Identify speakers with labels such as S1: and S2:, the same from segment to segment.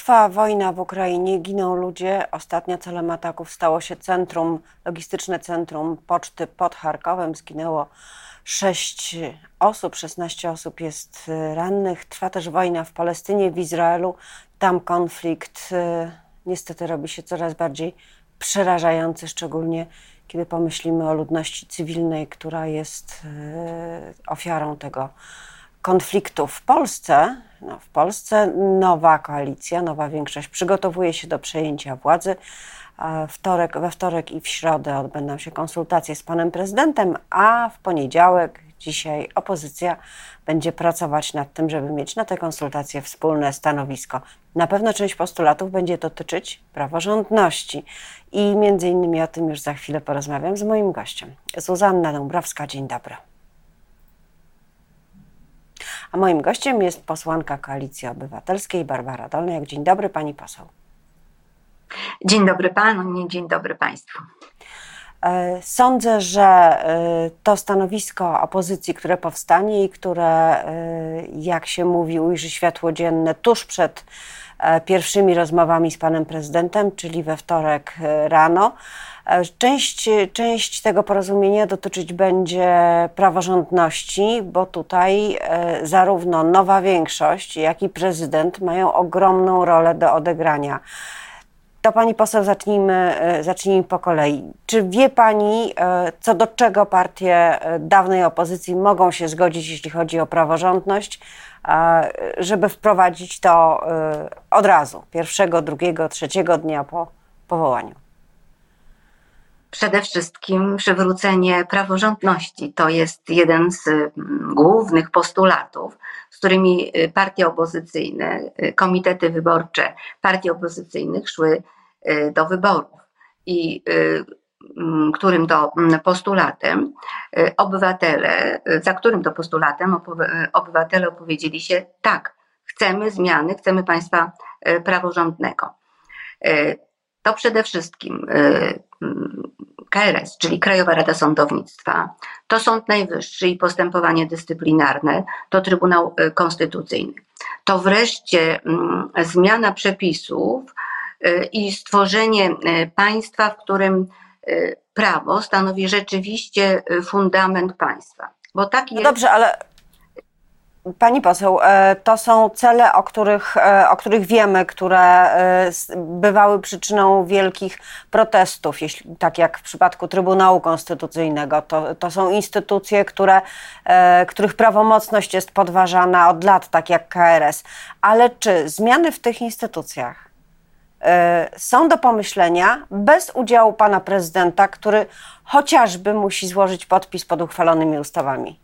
S1: Trwa wojna w Ukrainie, giną ludzie. Ostatnio celem ataków stało się logistyczne centrum poczty pod Charkowem. Zginęło 6 osób, 16 osób jest rannych. Trwa też wojna w Palestynie, w Izraelu. Tam konflikt niestety robi się coraz bardziej przerażający, szczególnie kiedy pomyślimy o ludności cywilnej, która jest ofiarą tego konfliktu. W Polsce nowa koalicja, nowa większość przygotowuje się do przejęcia władzy. We wtorek i w środę odbędą się konsultacje z panem prezydentem, a w poniedziałek, dzisiaj, opozycja będzie pracować nad tym, żeby mieć na te konsultacje wspólne stanowisko. Na pewno część postulatów będzie dotyczyć praworządności i między innymi o tym już za chwilę porozmawiam z moim gościem. Zuzanna Dąbrowska, dzień dobry. A moim gościem jest posłanka Koalicji Obywatelskiej Barbara Dolniak. Dzień dobry, pani poseł.
S2: Dzień dobry panu, dzień dobry państwu.
S1: Sądzę, że to stanowisko opozycji, które powstanie i które, jak się mówi, ujrzy światło dzienne tuż przed pierwszymi rozmowami z panem prezydentem, czyli we wtorek rano. Część tego porozumienia dotyczyć będzie praworządności, bo tutaj zarówno nowa większość, jak i prezydent mają ogromną rolę do odegrania. To pani poseł, zacznijmy po kolei. Czy wie pani, co do czego partie dawnej opozycji mogą się zgodzić, jeśli chodzi o praworządność, żeby wprowadzić to od razu, pierwszego, drugiego, trzeciego dnia po powołaniu?
S2: Przede wszystkim przywrócenie praworządności to jest jeden z głównych postulatów, z którymi partie opozycyjne, komitety wyborcze partii opozycyjnych szły do wyborów i którym to postulatem obywatele opowiedzieli się tak, chcemy zmiany, chcemy państwa praworządnego. To przede wszystkim KRS, czyli Krajowa Rada Sądownictwa, to Sąd Najwyższy i postępowanie dyscyplinarne, to Trybunał Konstytucyjny. To wreszcie zmiana przepisów i stworzenie państwa, w którym prawo stanowi rzeczywiście fundament państwa. Bo tak jest...
S1: Dobrze, ale pani poseł, to są cele, o których wiemy, które bywały przyczyną wielkich protestów, tak jak w przypadku Trybunału Konstytucyjnego. To są instytucje, których prawomocność jest podważana od lat, tak jak KRS. Ale czy zmiany w tych instytucjach są do pomyślenia bez udziału pana prezydenta, który chociażby musi złożyć podpis pod uchwalonymi ustawami?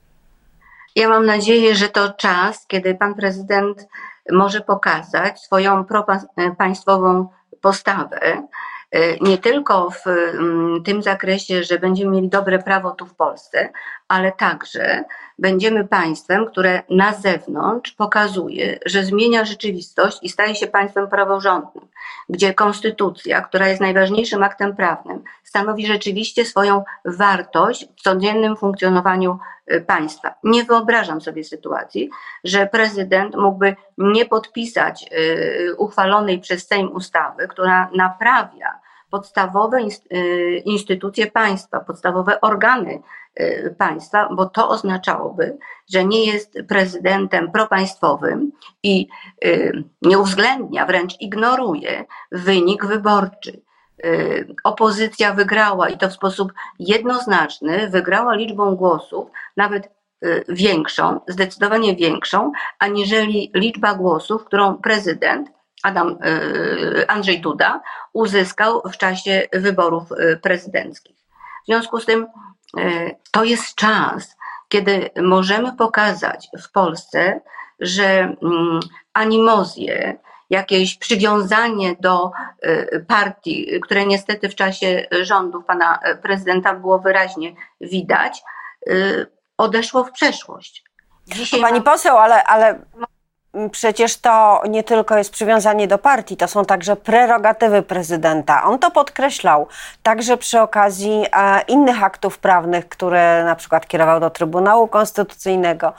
S2: Ja mam nadzieję, że to czas, kiedy pan prezydent może pokazać swoją propaństwową postawę, nie tylko w tym zakresie, że będziemy mieli dobre prawo tu w Polsce, ale także będziemy państwem, które na zewnątrz pokazuje, że zmienia rzeczywistość i staje się państwem praworządnym, gdzie konstytucja, która jest najważniejszym aktem prawnym, stanowi rzeczywiście swoją wartość w codziennym funkcjonowaniu państwa. Nie wyobrażam sobie sytuacji, że prezydent mógłby nie podpisać uchwalonej przez Sejm ustawy, która naprawia podstawowe instytucje państwa, podstawowe organy państwa, bo to oznaczałoby, że nie jest prezydentem propaństwowym i nie uwzględnia, wręcz ignoruje wynik wyborczy. Opozycja wygrała i to w sposób jednoznaczny, wygrała liczbą głosów, nawet większą, zdecydowanie większą, aniżeli liczba głosów, którą prezydent Andrzej Duda uzyskał w czasie wyborów prezydenckich. W związku z tym to jest czas, kiedy możemy pokazać w Polsce, że animozje, jakieś przywiązanie do partii, które niestety w czasie rządów pana prezydenta było wyraźnie widać, odeszło w przeszłość.
S1: Dzisiaj pani poseł, ale przecież to nie tylko jest przywiązanie do partii, to są także prerogatywy prezydenta. On to podkreślał także przy okazji innych aktów prawnych, które na przykład kierował do Trybunału Konstytucyjnego,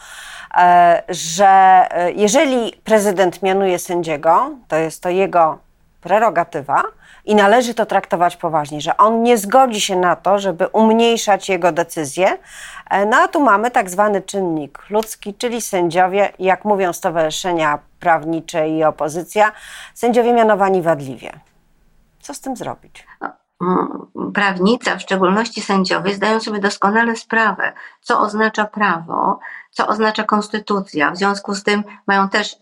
S1: że jeżeli prezydent mianuje sędziego, to jest to jego prerogatywa i należy to traktować poważnie, że on nie zgodzi się na to, żeby umniejszać jego decyzje. No a tu mamy tak zwany czynnik ludzki, czyli sędziowie, jak mówią stowarzyszenia prawnicze i opozycja, sędziowie mianowani wadliwie. Co z tym zrobić?
S2: Prawnicy, a w szczególności sędziowie, zdają sobie doskonale sprawę, co oznacza prawo, co oznacza konstytucja. W związku z tym mają też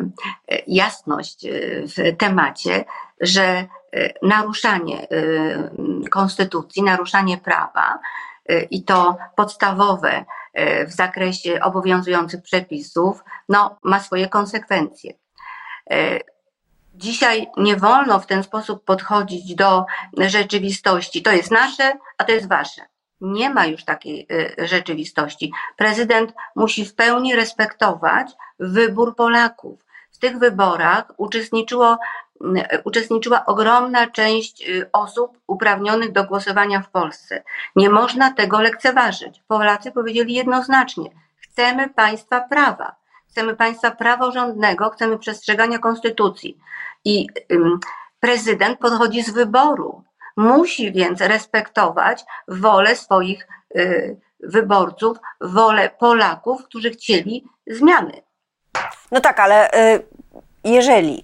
S2: jasność w temacie, że naruszanie konstytucji, naruszanie prawa i to podstawowe w zakresie obowiązujących przepisów, no, ma swoje konsekwencje. Dzisiaj nie wolno w ten sposób podchodzić do rzeczywistości. To jest nasze, a to jest wasze. Nie ma już takiej rzeczywistości. Prezydent musi w pełni respektować wybór Polaków. W tych wyborach uczestniczyła ogromna część osób uprawnionych do głosowania w Polsce. Nie można tego lekceważyć. Polacy powiedzieli jednoznacznie: chcemy państwa prawa. Chcemy państwa praworządnego, chcemy przestrzegania konstytucji. I prezydent podchodzi z wyboru. Musi więc respektować wolę swoich wyborców, wolę Polaków, którzy chcieli zmiany.
S1: No tak, ale jeżeli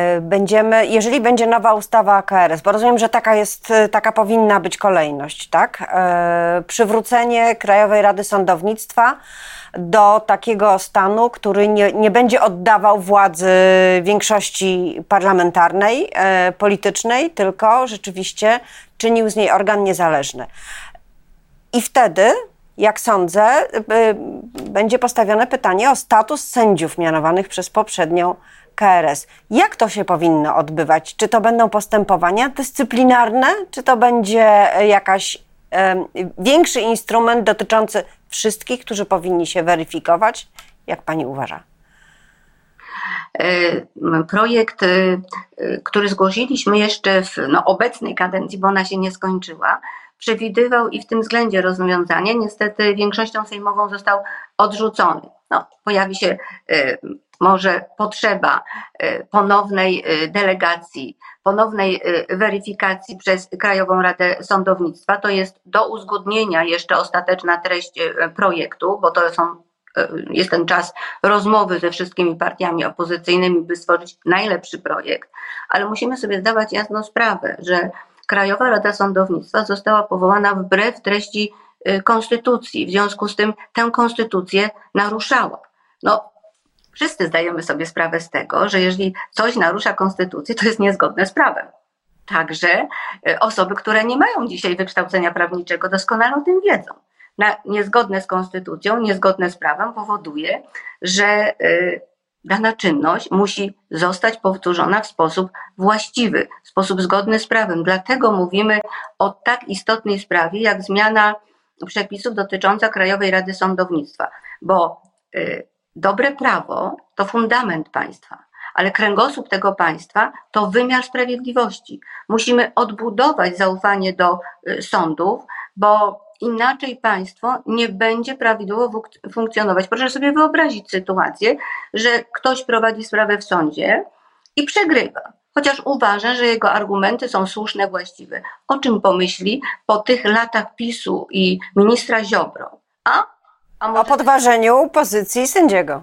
S1: będzie nowa ustawa o KRS, bo rozumiem, że taka powinna być kolejność, tak? Przywrócenie Krajowej Rady Sądownictwa do takiego stanu, który nie będzie oddawał władzy większości parlamentarnej, politycznej, tylko rzeczywiście czynił z niej organ niezależny. I wtedy, jak sądzę, będzie postawione pytanie o status sędziów mianowanych przez poprzednią KRS. Jak to się powinno odbywać? Czy to będą postępowania dyscyplinarne, czy to będzie jakaś większy instrument dotyczący wszystkich, którzy powinni się weryfikować? Jak pani uważa?
S2: Projekt, który zgłosiliśmy jeszcze w obecnej kadencji, bo ona się nie skończyła, przewidywał i w tym względzie rozwiązanie. Niestety większością sejmową został odrzucony. Pojawi się może potrzeba ponownej delegacji, ponownej weryfikacji przez Krajową Radę Sądownictwa. To jest do uzgodnienia jeszcze ostateczna treść projektu, bo jest ten czas rozmowy ze wszystkimi partiami opozycyjnymi, by stworzyć najlepszy projekt. Ale musimy sobie zdawać jasną sprawę, że Krajowa Rada Sądownictwa została powołana wbrew treści konstytucji. W związku z tym tę konstytucję naruszała. Wszyscy zdajemy sobie sprawę z tego, że jeżeli coś narusza konstytucję, to jest niezgodne z prawem. Także osoby, które nie mają dzisiaj wykształcenia prawniczego, doskonale o tym wiedzą. Niezgodne z konstytucją, niezgodne z prawem powoduje, że dana czynność musi zostać powtórzona w sposób właściwy, w sposób zgodny z prawem. Dlatego mówimy o tak istotnej sprawie, jak zmiana przepisów dotycząca Krajowej Rady Sądownictwa, bo dobre prawo to fundament państwa, ale kręgosłup tego państwa to wymiar sprawiedliwości. Musimy odbudować zaufanie do sądów, bo inaczej państwo nie będzie prawidłowo funkcjonować. Proszę sobie wyobrazić sytuację, że ktoś prowadzi sprawę w sądzie i przegrywa, chociaż uważa, że jego argumenty są słuszne, właściwe. O czym pomyśli po tych latach PiS-u i ministra Ziobro?
S1: O podważeniu pozycji sędziego.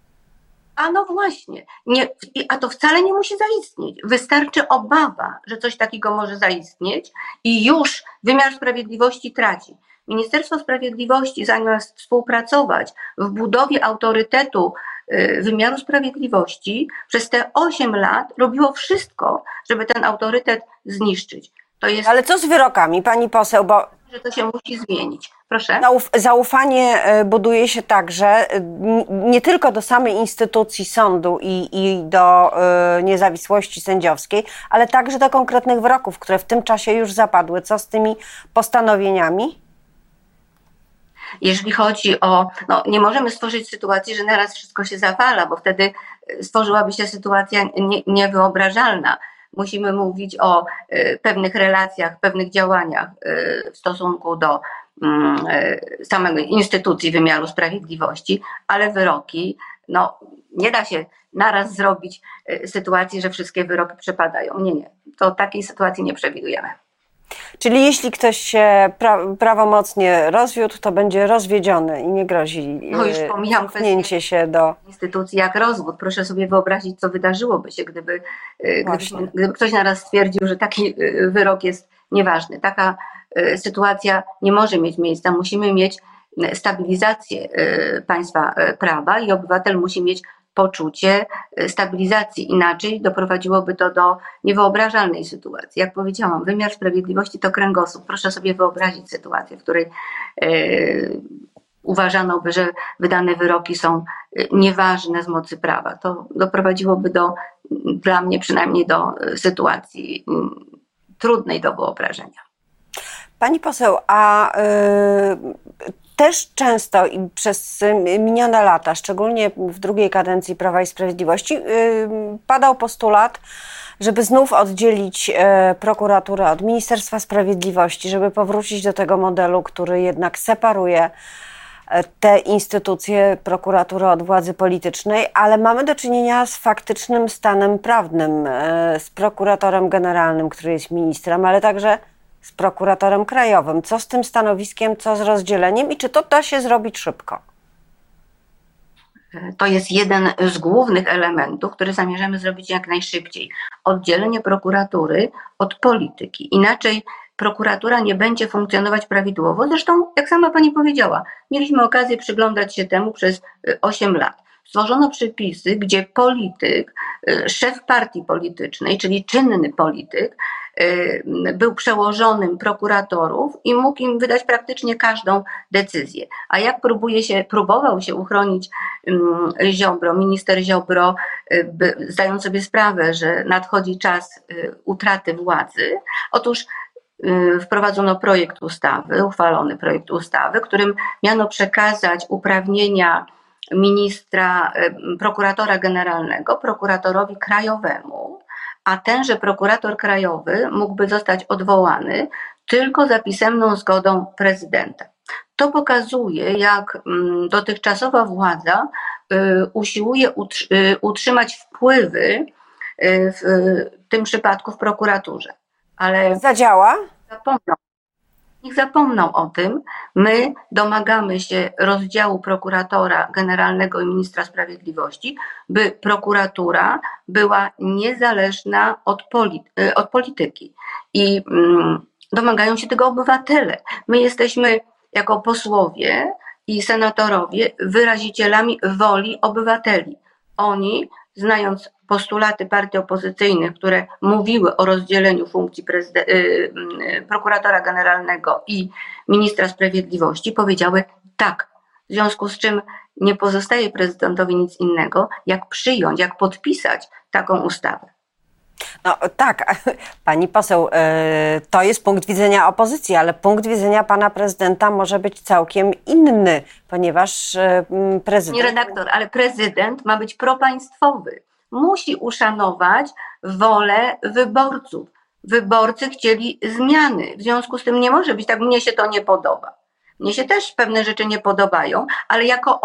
S2: No właśnie. A to wcale nie musi zaistnieć. Wystarczy obawa, że coś takiego może zaistnieć i już wymiar sprawiedliwości traci. Ministerstwo Sprawiedliwości, zamiast współpracować w budowie autorytetu wymiaru sprawiedliwości, przez te 8 lat robiło wszystko, żeby ten autorytet zniszczyć.
S1: Ale co z wyrokami, pani poseł, bo
S2: że to się musi zmienić. Proszę.
S1: Zaufanie buduje się także nie tylko do samej instytucji sądu i do niezawisłości sędziowskiej, ale także do konkretnych wyroków, które w tym czasie już zapadły. Co z tymi postanowieniami?
S2: Jeżeli chodzi o, nie możemy stworzyć sytuacji, że naraz wszystko się zawala, bo wtedy stworzyłaby się sytuacja niewyobrażalna. Musimy mówić o pewnych relacjach, pewnych działaniach w stosunku do samej instytucji wymiaru sprawiedliwości, ale wyroki, no nie da się naraz zrobić sytuacji, że wszystkie wyroki przepadają. Nie. To takiej sytuacji nie przewidujemy.
S1: Czyli jeśli ktoś się prawomocnie rozwiódł, to będzie rozwiedziony i nie grozi zamknięcie się do
S2: instytucji jak rozwód. Proszę sobie wyobrazić, co wydarzyłoby się, gdyby ktoś naraz stwierdził, że taki wyrok jest nieważny. Taka sytuacja nie może mieć miejsca. Musimy mieć stabilizację państwa prawa i obywatel musi mieć poczucie stabilizacji. Inaczej doprowadziłoby to do niewyobrażalnej sytuacji. Jak powiedziałam, wymiar sprawiedliwości to kręgosłup. Proszę sobie wyobrazić sytuację, w której uważano by, że wydane wyroki są nieważne z mocy prawa. To doprowadziłoby dla mnie przynajmniej do sytuacji trudnej do wyobrażenia.
S1: Pani poseł, a też często i przez minione lata, szczególnie w drugiej kadencji Prawa i Sprawiedliwości, padał postulat, żeby znów oddzielić prokuraturę od Ministerstwa Sprawiedliwości, żeby powrócić do tego modelu, który jednak separuje te instytucje, prokuraturę od władzy politycznej, ale mamy do czynienia z faktycznym stanem prawnym, z prokuratorem generalnym, który jest ministrem, ale także z prokuratorem krajowym. Co z tym stanowiskiem, co z rozdzieleniem i czy to da się zrobić szybko?
S2: To jest jeden z głównych elementów, który zamierzamy zrobić jak najszybciej. Oddzielenie prokuratury od polityki. Inaczej prokuratura nie będzie funkcjonować prawidłowo. Zresztą, jak sama pani powiedziała, mieliśmy okazję przyglądać się temu przez 8 lat. Stworzono przepisy, gdzie polityk, szef partii politycznej, czyli czynny polityk, był przełożonym prokuratorów i mógł im wydać praktycznie każdą decyzję. A jak próbował się uchronić Ziobro, minister Ziobro, zdając sobie sprawę, że nadchodzi czas utraty władzy, otóż wprowadzono uchwalony projekt ustawy, którym miano przekazać uprawnienia prokuratora generalnego prokuratorowi krajowemu, a tenże prokurator krajowy mógłby zostać odwołany tylko za pisemną zgodą prezydenta. To pokazuje, jak dotychczasowa władza usiłuje utrzymać wpływy w tym przypadku w prokuraturze. Ale
S1: zadziała?
S2: Niech zapomną o tym. My domagamy się rozdziału prokuratora generalnego i ministra sprawiedliwości, by prokuratura była niezależna od polityki. I domagają się tego obywatele. My jesteśmy jako posłowie i senatorowie wyrazicielami woli obywateli. Oni, znając postulaty partii opozycyjnych, które mówiły o rozdzieleniu funkcji prokuratora generalnego i ministra sprawiedliwości, powiedziały tak. W związku z czym nie pozostaje prezydentowi nic innego, jak przyjąć, jak podpisać taką ustawę.
S1: No tak, pani poseł, to jest punkt widzenia opozycji, ale punkt widzenia pana prezydenta może być całkiem inny, ponieważ prezydent...
S2: Nie redaktor, ale prezydent ma być propaństwowy. Musi uszanować wolę wyborców. Wyborcy chcieli zmiany. W związku z tym nie może być tak, mnie się to nie podoba. Mnie się też pewne rzeczy nie podobają, ale jako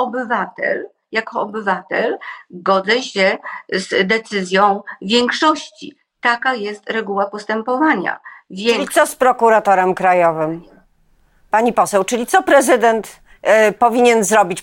S2: obywatel godzę się z decyzją większości. Taka jest reguła postępowania.
S1: Czyli co z prokuratorem krajowym? Pani poseł, czyli co prezydent powinien zrobić?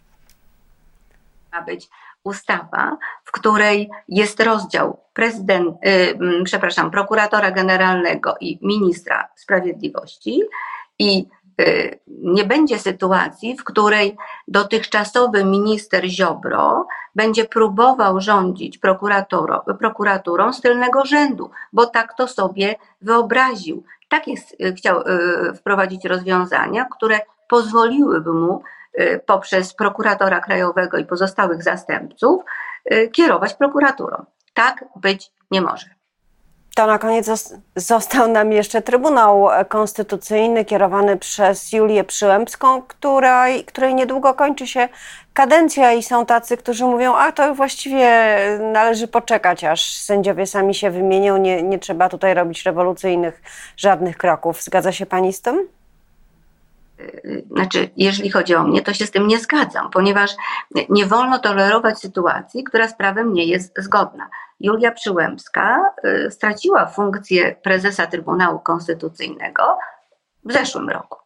S2: Ma być ustawa, w której jest rozdział prokuratora generalnego i ministra sprawiedliwości i nie będzie sytuacji, w której dotychczasowy minister Ziobro będzie próbował rządzić prokuraturą z tylnego rzędu, bo tak to sobie wyobraził. Chciał wprowadzić rozwiązania, które pozwoliłyby mu poprzez prokuratora krajowego i pozostałych zastępców kierować prokuraturą. Tak być nie może.
S1: To na koniec został nam jeszcze Trybunał Konstytucyjny kierowany przez Julię Przyłębską, której niedługo kończy się kadencja i są tacy, którzy mówią, a to właściwie należy poczekać, aż sędziowie sami się wymienią, nie trzeba tutaj robić rewolucyjnych żadnych kroków. Zgadza się pani z tym?
S2: Znaczy, jeżeli chodzi o mnie, to się z tym nie zgadzam, ponieważ nie wolno tolerować sytuacji, która z prawem nie jest zgodna. Julia Przyłębska straciła funkcję prezesa Trybunału Konstytucyjnego w zeszłym roku.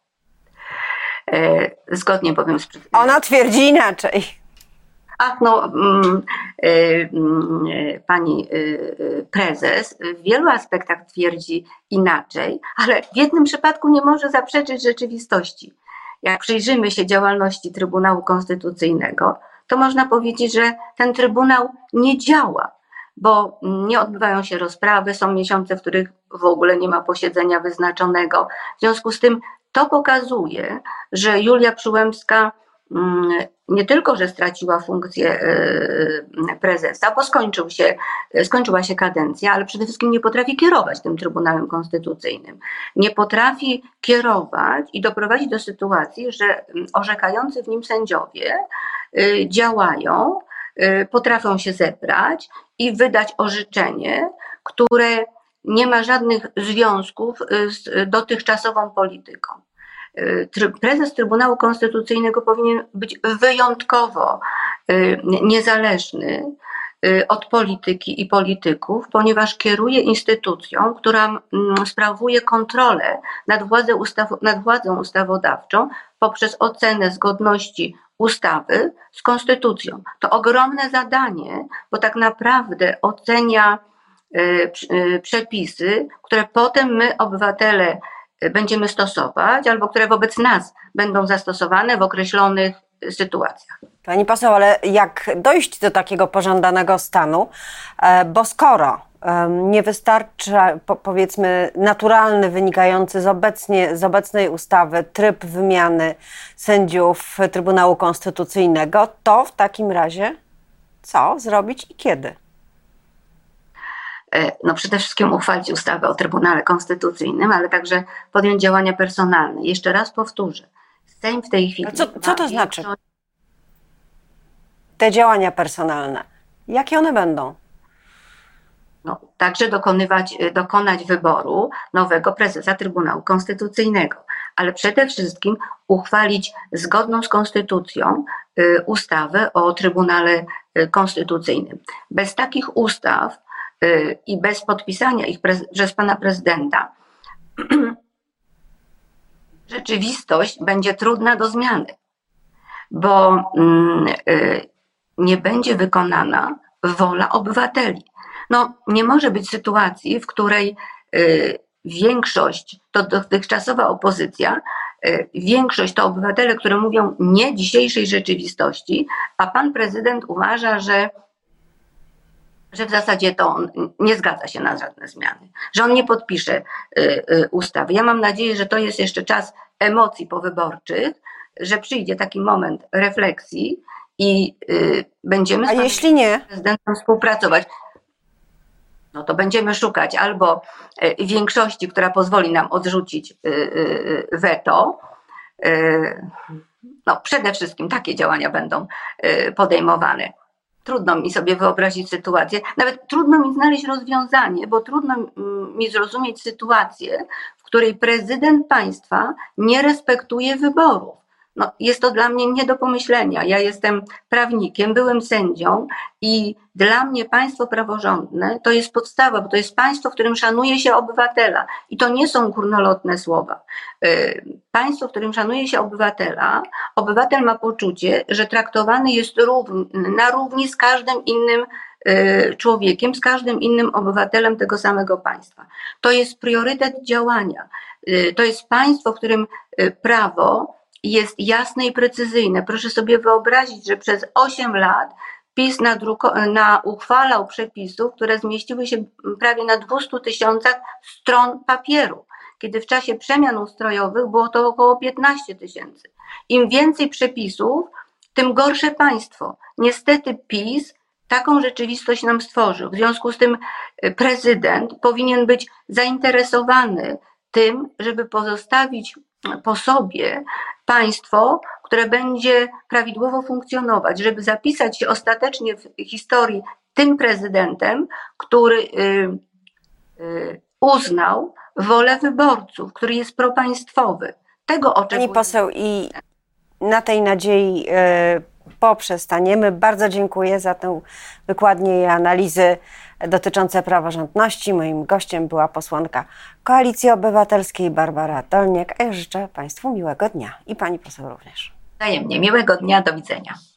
S2: Zgodnie bowiem z...
S1: Ona twierdzi inaczej.
S2: Ach, no, pani prezes w wielu aspektach twierdzi inaczej, ale w jednym przypadku nie może zaprzeczyć rzeczywistości. Jak przyjrzymy się działalności Trybunału Konstytucyjnego, to można powiedzieć, że ten Trybunał nie działa, bo nie odbywają się rozprawy, są miesiące, w których w ogóle nie ma posiedzenia wyznaczonego. W związku z tym to pokazuje, że Julia Przyłębska nie tylko, że straciła funkcję prezesa, bo skończyła się kadencja, ale przede wszystkim nie potrafi kierować tym Trybunałem Konstytucyjnym. Nie potrafi kierować i doprowadzić do sytuacji, że orzekający w nim sędziowie działają, potrafią się zebrać i wydać orzeczenie, które nie ma żadnych związków z dotychczasową polityką. Prezes Trybunału Konstytucyjnego powinien być wyjątkowo niezależny od polityki i polityków, ponieważ kieruje instytucją, która sprawuje kontrolę nad władzą ustawodawczą poprzez ocenę zgodności ustawy z konstytucją. To ogromne zadanie, bo tak naprawdę ocenia przepisy, które potem my, obywatele, będziemy stosować, albo które wobec nas będą zastosowane w określonych sytuacjach.
S1: Pani poseł, ale jak dojść do takiego pożądanego stanu, bo skoro nie wystarcza, powiedzmy, naturalny, wynikający z obecnej ustawy tryb wymiany sędziów Trybunału Konstytucyjnego, to w takim razie co zrobić i kiedy?
S2: No przede wszystkim uchwalić ustawę o Trybunale Konstytucyjnym, ale także podjąć działania personalne. Jeszcze raz powtórzę. Sejm w tej chwili...
S1: Co to znaczy? Te działania personalne. Jakie one będą?
S2: No, także dokonać wyboru nowego prezesa Trybunału Konstytucyjnego, ale przede wszystkim uchwalić zgodną z konstytucją ustawę o Trybunale Konstytucyjnym. Bez takich ustaw i bez podpisania ich przez pana prezydenta rzeczywistość będzie trudna do zmiany, bo nie będzie wykonana wola obywateli. No, nie może być sytuacji, w której większość to dotychczasowa opozycja, większość to obywatele, które mówią nie dzisiejszej rzeczywistości, a pan prezydent uważa, że w zasadzie to on nie zgadza się na żadne zmiany, że on nie podpisze ustawy. Ja mam nadzieję, że to jest jeszcze czas emocji powyborczych, że przyjdzie taki moment refleksji i będziemy z
S1: jeśli nie?
S2: prezydentem współpracować. No to będziemy szukać albo większości, która pozwoli nam odrzucić weto. No przede wszystkim takie działania będą podejmowane. Trudno mi sobie wyobrazić sytuację, nawet trudno mi znaleźć rozwiązanie, bo trudno mi zrozumieć sytuację, w której prezydent państwa nie respektuje wyborów. No, jest to dla mnie nie do pomyślenia. Ja jestem prawnikiem, byłem sędzią i dla mnie państwo praworządne to jest podstawa, bo to jest państwo, w którym szanuje się obywatela. I to nie są górnolotne słowa. Państwo, w którym szanuje się obywatela, obywatel ma poczucie, że traktowany jest na równi z każdym innym człowiekiem, z każdym innym obywatelem tego samego państwa. To jest priorytet działania. To jest państwo, w którym prawo jest jasne i precyzyjne. Proszę sobie wyobrazić, że przez 8 lat PiS uchwalał przepisów, które zmieściły się prawie na 200 000 stron papieru, kiedy w czasie przemian ustrojowych było to około 15 000. Im więcej przepisów, tym gorsze państwo. Niestety PiS taką rzeczywistość nam stworzył. W związku z tym prezydent powinien być zainteresowany tym, żeby pozostawić po sobie państwo, które będzie prawidłowo funkcjonować, żeby zapisać się ostatecznie w historii tym prezydentem, który uznał wolę wyborców, który jest propaństwowy. Tego oczekujemy.
S1: Pani poseł, i na tej nadziei poprzestaniemy. Bardzo dziękuję za tę wykładnię i analizy dotyczące praworządności. Moim gościem była posłanka Koalicji Obywatelskiej Barbara Dolniak, a ja życzę Państwu miłego dnia i Pani poseł również.
S2: Wzajemnie. Miłego dnia, do widzenia.